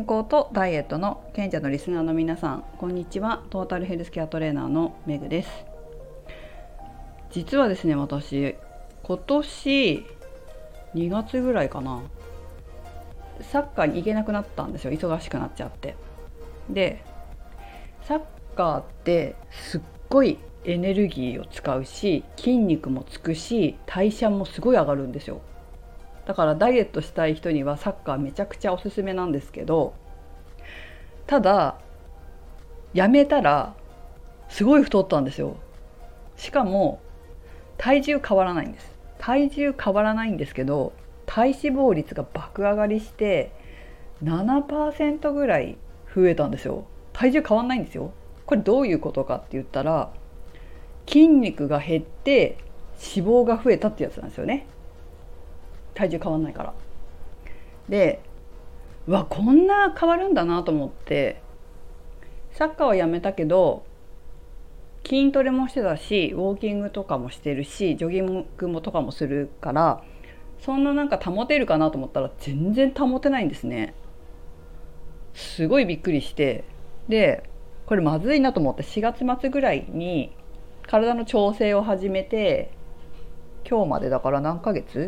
健康とダイエットの賢者のリスナーの皆さん、こんにちは。トータルヘルスケアトレーナーのメグです。実はですね、私今年2月ぐらいかな、サッカーに行けなくなったんですよ。忙しくなっちゃって。で、サッカーってすっごいエネルギーを使うし、筋肉もつくし、代謝もすごい上がるんですよ。だからダイエットしたい人にはサッカーめちゃくちゃおすすめなんですけど、ただやめたらすごい太ったんですよ。しかも体重変わらないんです。体重変わらないんですけど、体脂肪率が爆上がりして7%ぐらい増えたんですよ。体重変わんないんですよ。これどういうことかって言ったら、筋肉が減って脂肪が増えたってやつなんですよね。体重変わんないから。で、こんな変わるんだなと思って、サッカーはやめたけど筋トレもしてたし、ウォーキングとかもしてるし、ジョギングもとかもするから、そんな保てるかなと思ったら全然保てないんですね。すごいびっくりして、でこれまずいなと思って4月末ぐらいに体の調整を始めて、今日までだから何ヶ月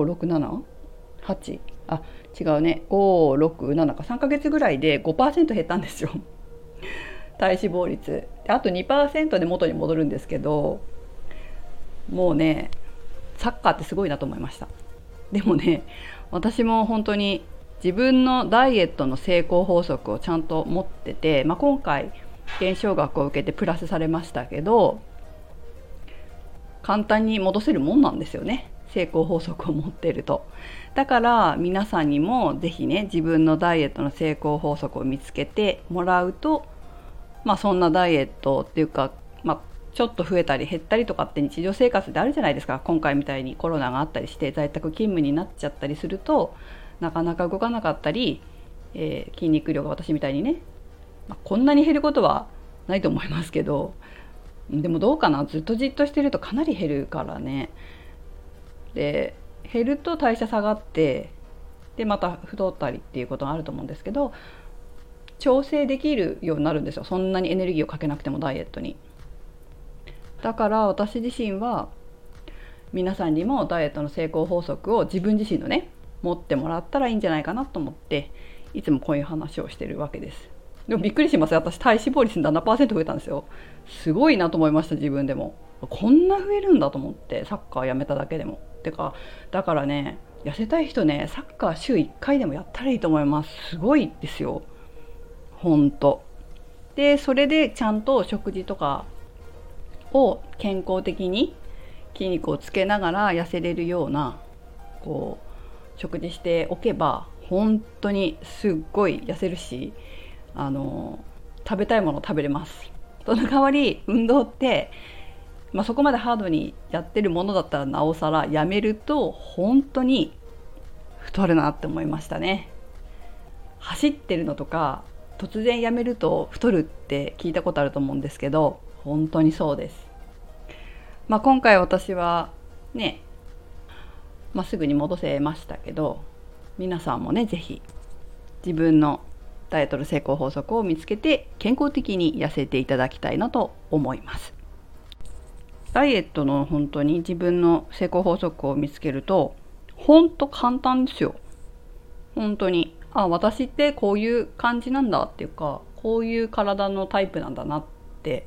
?5、6、7、8、違うね、5、6、7か3ヶ月ぐらいで 5% 減ったんですよ。体脂肪率で、あと 2% で元に戻るんですけど、もうね、サッカーってすごいなと思いました。でもね、私も本当に自分のダイエットの成功法則をちゃんと持ってて、今回減少額を受けてプラスされましたけど、簡単に戻せるもんなんですよね、成功法則を持っていると。だから皆さんにもぜひね、自分のダイエットの成功法則を見つけてもらうと、そんなダイエットっていうか、ちょっと増えたり減ったりとかって日常生活であるじゃないですか。今回みたいにコロナがあったりして在宅勤務になっちゃったりすると、なかなか動かなかったり、筋肉量が私みたいにね、こんなに減ることはないと思いますけど、でもどうかな、ずっとじっとしてるとかなり減るからね。で、減ると代謝下がって、でまた太ったりっていうことがあると思うんですけど、調整できるようになるんですよ。そんなにエネルギーをかけなくてもダイエットに。だから私自身は皆さんにもダイエットの成功法則を自分自身のね、持ってもらったらいいんじゃないかなと思って、いつもこういう話をしてるわけです。でもびっくりします。私体脂肪率 7% 増えたんですよ。すごいなと思いました。自分でもこんな増えるんだと思って、サッカーやめただけでも。だからね、痩せたい人ね、サッカー週1回でもやったらいいと思います。すごいですよ、ほんと。でそれでちゃんと食事とかを健康的に筋肉をつけながら痩せれるような食事しておけば、本当にすっごい痩せるし、食べたいものを食べれます。その代わり運動って、そこまでハードにやってるものだったらなおさらやめると本当に太るなって思いましたね。走ってるのとか突然やめると太るって聞いたことあると思うんですけど、本当にそうです。今回私はね、すぐに戻せましたけど、皆さんもね、ぜひ自分のダイエットの成功法則を見つけて健康的に痩せていただきたいなと思います。ダイエットの本当に自分の成功法則を見つけると本当簡単ですよ。本当に、私ってこういう感じなんだっていうか、こういう体のタイプなんだなって、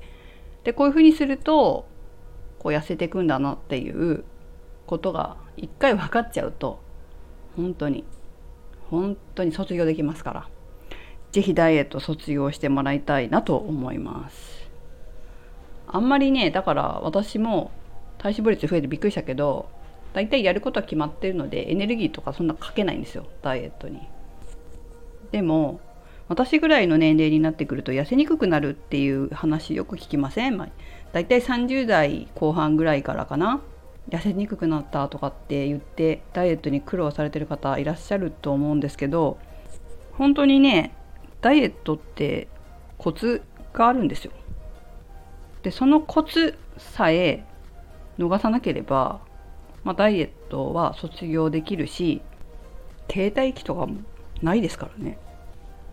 でこういう風にすると痩せていくんだなっていうことが一回分かっちゃうと、本当に卒業できますから、ぜひダイエット卒業してもらいたいなと思います。あんまりね、だから私も体脂肪率増えてびっくりしたけど、だいたいやることは決まってるのでエネルギーとかそんなかけないんですよ、ダイエットに。でも私ぐらいの年齢になってくると痩せにくくなるっていう話よく聞きません？だいたい30代後半ぐらいからかな、痩せにくくなったとかって言ってダイエットに苦労されてる方いらっしゃると思うんですけど、本当にね、ダイエットってコツがあるんですよ。でそのコツさえ逃さなければ、ダイエットは卒業できるし、停滞期とかもないですからね。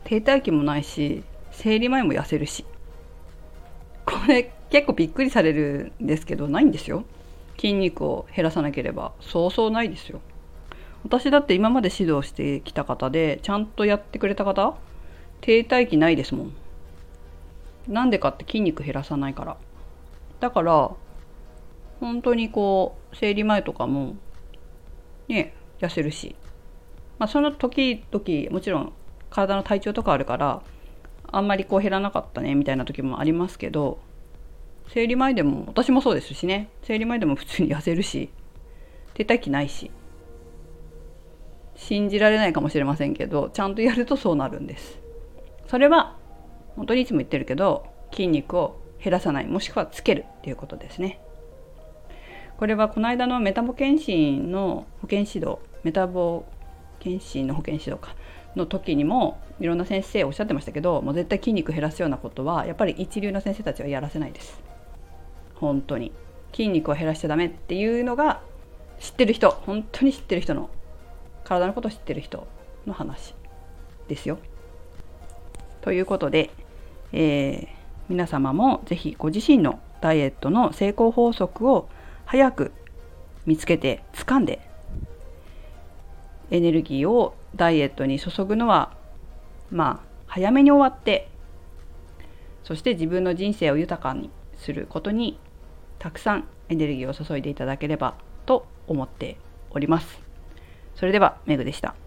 停滞期もないし、生理前も痩せるし。これ結構びっくりされるんですけど、ないんですよ。筋肉を減らさなければそうそうないですよ。私だって今まで指導してきた方でちゃんとやってくれた方、停滞期ないですもん。なんでかって筋肉減らさないから。だから本当にこう生理前とかもね痩せるし、その時々もちろん体の体調とかあるからあんまりこう減らなかったねみたいな時もありますけど、生理前でも私もそうですしね、生理前でも普通に痩せるし、停滞期ないし、信じられないかもしれませんけどちゃんとやるとそうなるんです。それは本当にいつも言ってるけど、筋肉を減らさない、もしくはつけるっていうことですね。これはこの間のメタボ検診の保健指導、メタボ検診の保健指導かの時にもいろんな先生おっしゃってましたけど、もう絶対筋肉減らすようなことはやっぱり一流の先生たちはやらせないです。本当に筋肉を減らしちゃダメっていうのが知ってる人、本当に知ってる人の、体のことを知ってる人の話ですよ。ということで、皆様もぜひご自身のダイエットの成功法則を早く見つけて掴んで、エネルギーをダイエットに注ぐのは早めに終わって、そして自分の人生を豊かにすることにたくさんエネルギーを注いでいただければと思っております。それではメグでした。